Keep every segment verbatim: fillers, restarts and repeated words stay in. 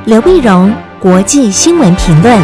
刘必荣国际新闻评论。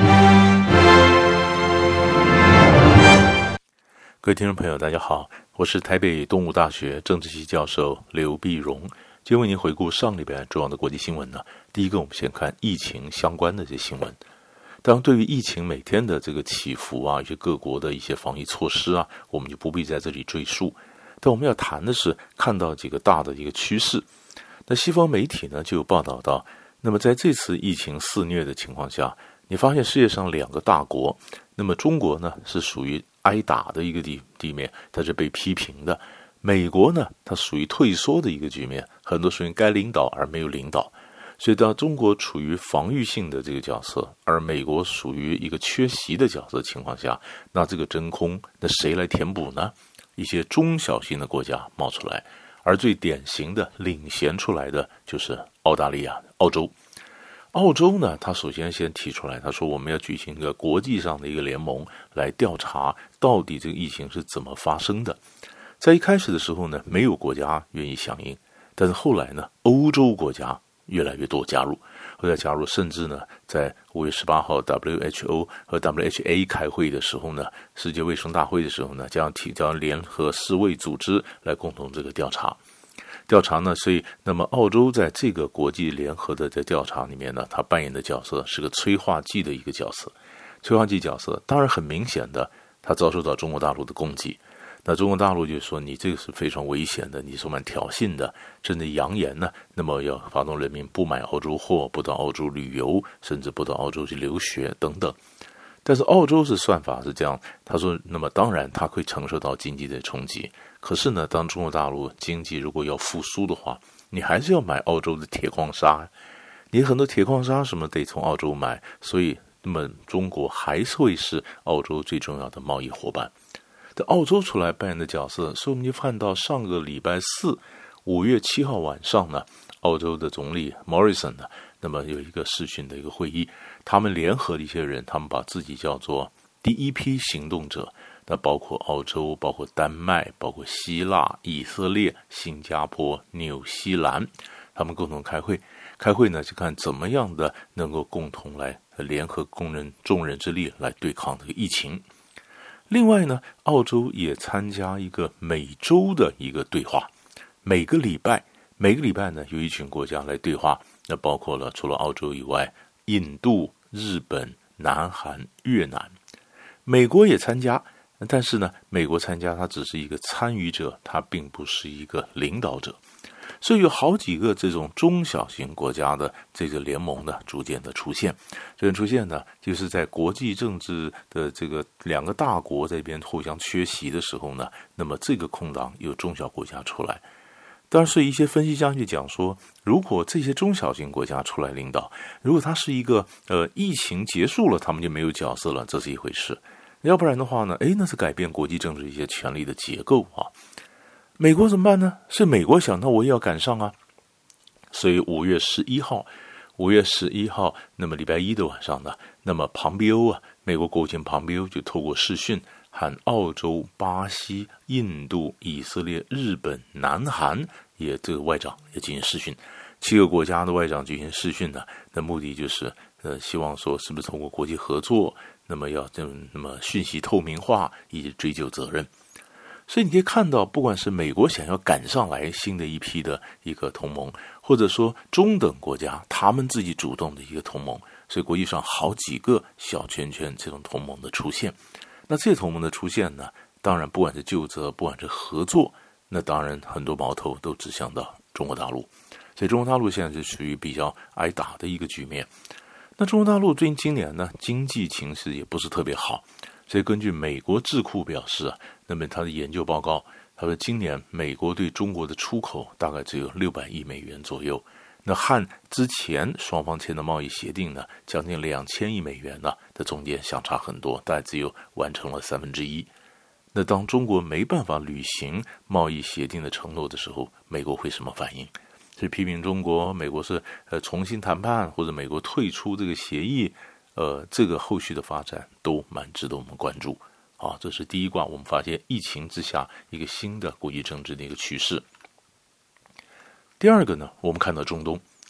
各位听众朋友大家好，我是台北东吴大学政治系教授刘必荣，今天为您回顾上礼拜重要的国际新闻呢。第一个，我们先看疫情相关的这些新闻。当然对于疫情每天的这个起伏啊，一些各国的一些防疫措施啊，我们就不必在这里赘述。但我们要谈的是看到几个大的一个趋势。那西方媒体呢就有报道到，那么在这次疫情肆虐的情况下，你发现世界上两个大国，那么中国呢是属于挨打的一个地地面，它是被批评的；美国呢，它属于退缩的一个局面，很多属于该领导而没有领导。所以当中国处于防御性的这个角色，而美国属于一个缺席的角色的情况下，那这个真空，那谁来填补呢？一些中小型的国家冒出来，而最典型的领衔出来的就是澳大利亚、澳洲。澳洲呢，他首先先提出来，他说我们要举行一个国际上的一个联盟来调查到底这个疫情是怎么发生的。在一开始的时候呢，没有国家愿意响应，但是后来呢，欧洲国家越来越多加入，后来加入，甚至呢，在五月十八号 W H O 和 W H A 开会的时候呢，世界卫生大会的时候呢，将提交联合世卫组织来共同这个调查。调查呢，所以那么澳洲在这个国际联合的在调查里面呢，它扮演的角色是个催化剂的一个角色。催化剂角色当然很明显的，它遭受到中国大陆的攻击。那中国大陆就说你这个是非常危险的，你是蛮挑衅的，甚至扬言呢，那么要发动人民不买澳洲货，不到澳洲旅游，甚至不到澳洲去留学等等。但是澳洲是算法是这样，他说那么当然他会承受到经济的冲击，可是呢，当中国大陆经济如果要复苏的话，你还是要买澳洲的铁矿砂，你很多铁矿砂什么得从澳洲买，所以那么中国还是会是澳洲最重要的贸易伙伴。但澳洲出来扮演的角色，所以我们就看到上个礼拜四五月七号晚上呢，澳洲的总理 Morrison 呢，那么有一个视讯的一个会议，他们联合的一些人，他们把自己叫做第一批行动者，那包括澳洲，包括丹麦，包括希腊、以色列、新加坡、纽西兰，他们共同开会。开会呢，就看怎么样的能够共同来联合工人众人之力来对抗这个疫情。另外呢，澳洲也参加一个每周的一个对话，每个礼拜每个礼拜呢有一群国家来对话，那包括了除了澳洲以外，印度、日本、南韩、越南，美国也参加，但是呢，美国参加它只是一个参与者，它并不是一个领导者。所以有好几个这种中小型国家的这个联盟呢，逐渐的出现。这个出现呢，就是在国际政治的这个两个大国这边互相缺席的时候呢，那么这个空档有中小国家出来。当然，所以一些分析家去讲说，如果这些中小型国家出来领导，如果它是一个呃疫情结束了，他们就没有角色了，这是一回事。要不然的话呢，诶，那是改变国际政治一些权力的结构啊。美国怎么办呢？是美国想，那我也要赶上啊。所以五月十一号，五月十一号，那么礼拜一的晚上呢，那么庞比欧啊，美国国务卿庞比欧就透过视讯和澳洲、巴西、印度、以色列、日本、南韩也这个外长也进行视讯，七个国家的外长进行视讯呢，那目的就是呃希望说是不是通过国际合作，那么要这那么讯息透明化以及追究责任。所以你可以看到，不管是美国想要赶上来新的一批的一个同盟，或者说中等国家他们自己主动的一个同盟，所以国际上好几个小圈圈这种同盟的出现。那这些同盟的出现呢，当然不管是究责，不管是合作，那当然很多矛头都指向到中国大陆。所以中国大陆现在是属于比较挨打的一个局面。那中国大陆最近今年呢，经济情势也不是特别好。所以根据美国智库表示啊，那么他的研究报告，他说今年美国对中国的出口大概只有六百亿美元左右，那和之前双方签的贸易协定呢，将近两千亿美元呢的中间相差很多，大概只有完成了三分之一。那当中国没办法履行贸易协定的承诺的时候，美国会什么反应？是批评中国，美国是呃重新谈判，或者美国退出这个协议？呃，这个后续的发展都蛮值得我们关注啊。这是第一卦，我们发现疫情之下一个新的国际政治的一个趋势。第二个呢，我们看到中东，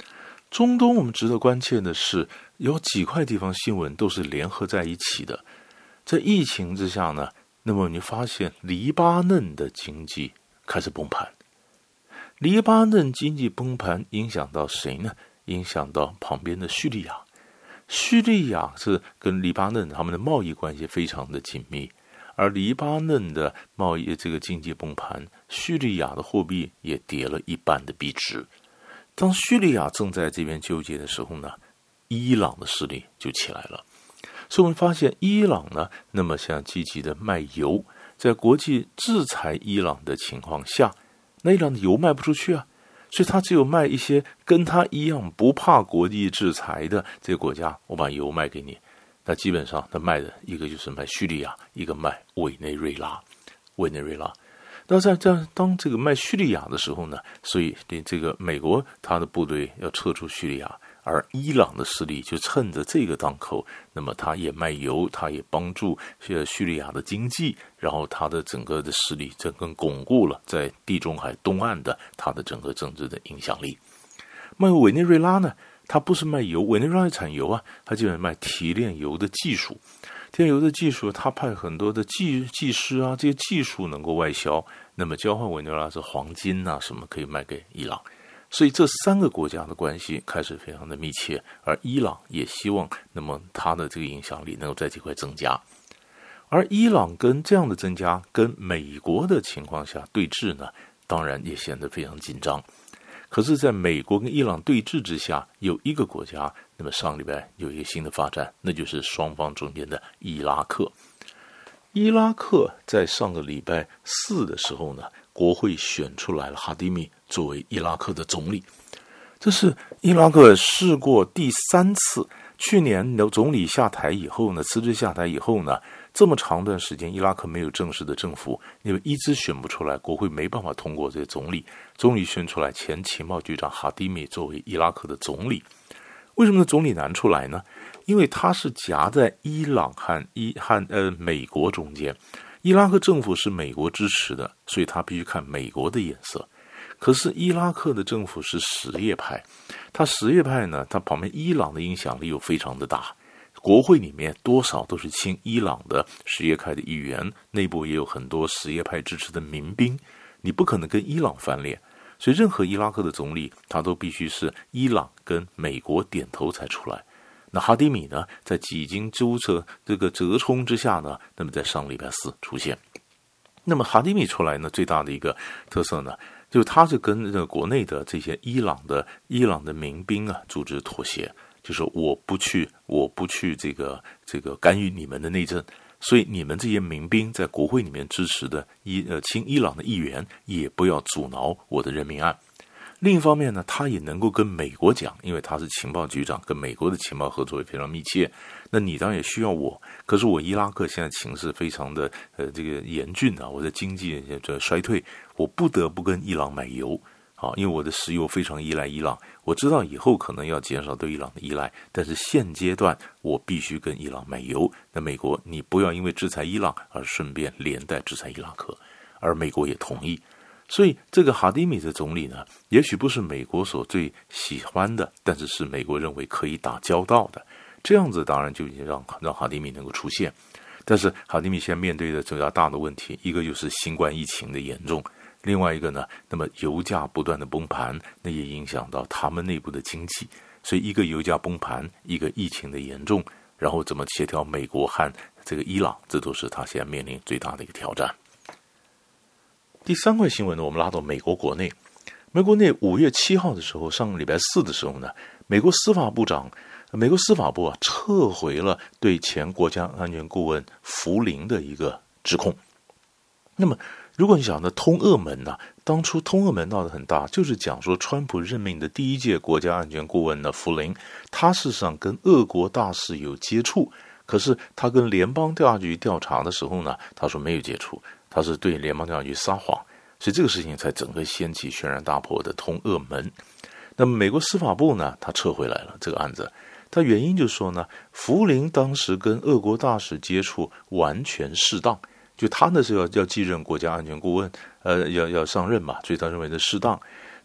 中东我们值得关切的是，有几块地方新闻都是联合在一起的。在疫情之下呢，那么你发现黎巴嫩的经济开始崩盘。黎巴嫩经济崩盘影响到谁呢？影响到旁边的叙利亚。叙利亚是跟黎巴嫩他们的贸易关系非常的紧密，而黎巴嫩的贸易这个经济崩盘，叙利亚的货币也跌了一半的币值。当叙利亚正在这边纠结的时候呢，伊朗的势力就起来了。所以我们发现伊朗呢，那么像积极的卖油，在国际制裁伊朗的情况下，那伊朗的油卖不出去啊，所以他只有卖一些跟他一样不怕国际制裁的这个国家，我把油卖给你。那基本上他卖的一个就是卖叙利亚，一个卖委内瑞拉，委内瑞拉。那在在当这个卖叙利亚的时候呢，所以这个美国他的部队要撤出叙利亚，而伊朗的势力就趁着这个当口，那么他也卖油，他也帮助叙利亚的经济，然后他的整个的势力整个巩固了在地中海东岸的他的整个政治的影响力。卖委内瑞拉呢，他不是卖油，委内瑞拉产油啊，他基本上卖提炼油的技术。提炼油的技术，他派很多的技技师啊，这些技术能够外销，那么交换委内瑞拉是黄金啊，什么可以卖给伊朗。所以这三个国家的关系开始非常的密切，而伊朗也希望那么他的这个影响力能够在这块增加。而伊朗跟这样的增加跟美国的情况下对峙呢，当然也显得非常紧张。可是在美国跟伊朗对峙之下，有一个国家那么上礼拜有一个新的发展，那就是双方中间的伊拉克。伊拉克在上个礼拜四的时候呢，国会选出来了哈迪米作为伊拉克的总理。这是伊拉克试过第三次，去年的总理下台以后呢，辞职下台以后呢，这么长段时间伊拉克没有正式的政府，因为一直选不出来，国会没办法通过这个总理，总理选出来前情报局长哈迪米作为伊拉克的总理。为什么总理难出来呢？因为他是夹在伊朗和伊和呃美国中间，伊拉克政府是美国支持的，所以他必须看美国的眼色。可是伊拉克的政府是什叶派，他什叶派呢，他旁边伊朗的影响力又非常的大，国会里面多少都是亲伊朗的什叶派的议员，内部也有很多什叶派支持的民兵，你不可能跟伊朗翻脸。所以任何伊拉克的总理，他都必须是伊朗跟美国点头才出来。那哈迪米呢，在几经周折这个折冲之下呢，那么在上礼拜四出现。那么哈迪米出来呢，最大的一个特色呢，就他是跟这个国内的这些伊朗的伊朗的民兵啊组织妥协，就是我不去我不去这个这个干预你们的内政。所以你们这些民兵在国会里面支持的伊呃亲伊朗的议员也不要阻挠我的任命案。另一方面呢，他也能够跟美国讲，因为他是情报局长，跟美国的情报合作也非常密切。那你当然也需要我，可是我伊拉克现在情势非常的呃这个严峻啊，我的经济这衰退，我不得不跟伊朗买油。啊，因为我的石油非常依赖伊朗，我知道以后可能要减少对伊朗的依赖，但是现阶段我必须跟伊朗买油。那美国，你不要因为制裁伊朗而顺便连带制裁伊拉克，而美国也同意。所以这个哈迪米的总理呢，也许不是美国所最喜欢的，但是是美国认为可以打交道的。这样子当然就已经让让哈迪米能够出现。但是哈迪米现在面对的最大的问题，一个就是新冠疫情的严重。另外一个呢，那么油价不断的崩盘，那也影响到他们内部的经济。所以一个油价崩盘，一个疫情的严重，然后怎么协调美国和这个伊朗，这都是他现在面临最大的一个挑战。第三块新闻呢，我们拉到美国国内。美国内五月七号的时候，上个礼拜四的时候呢，美国司法部长美国司法部啊撤回了对前国家安全顾问福林的一个指控。那么如果你想的通俄门呢、啊，当初通俄门闹得很大，就是讲说川普任命的第一届国家安全顾问呢，福林，他事实上跟俄国大使有接触，可是他跟联邦调查局调查的时候呢，他说没有接触，他是对联邦调查局撒谎，所以这个事情才整个掀起轩然大波的通俄门。那么美国司法部呢，他撤回来了这个案子，他原因就是说呢，福林当时跟俄国大使接触完全适当。就他那时候要要继任国家安全顾问，呃，要要上任嘛，所以他认为的适当。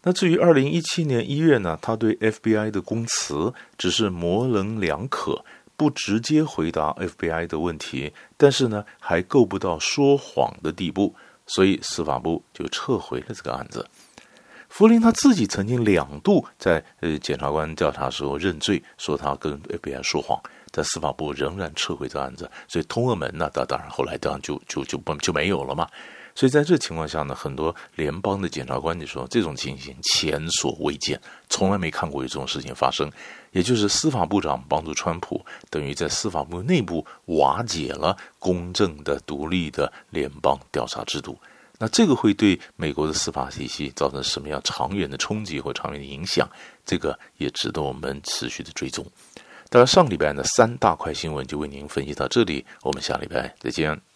那至于二零一七年一月呢，他对 F B I 的供词只是模棱两可，不直接回答 F B I 的问题，但是呢还够不到说谎的地步，所以司法部就撤回了这个案子。福林他自己曾经两度在呃检察官调查时候认罪，说他跟 F B I 说谎，但司法部仍然撤回这案子，所以通俄门呢，当然后来当然就就就不就没有了嘛。所以在这情况下呢，很多联邦的检察官就说，这种情形前所未见，从来没看过有这种事情发生。也就是司法部长帮助川普，等于在司法部内部瓦解了公正的、独立的联邦调查制度。那这个会对美国的司法体系造成什么样长远的冲击或长远的影响？这个也值得我们持续的追踪。当然，上礼拜的三大块新闻就为您分析到这里，我们下礼拜再见。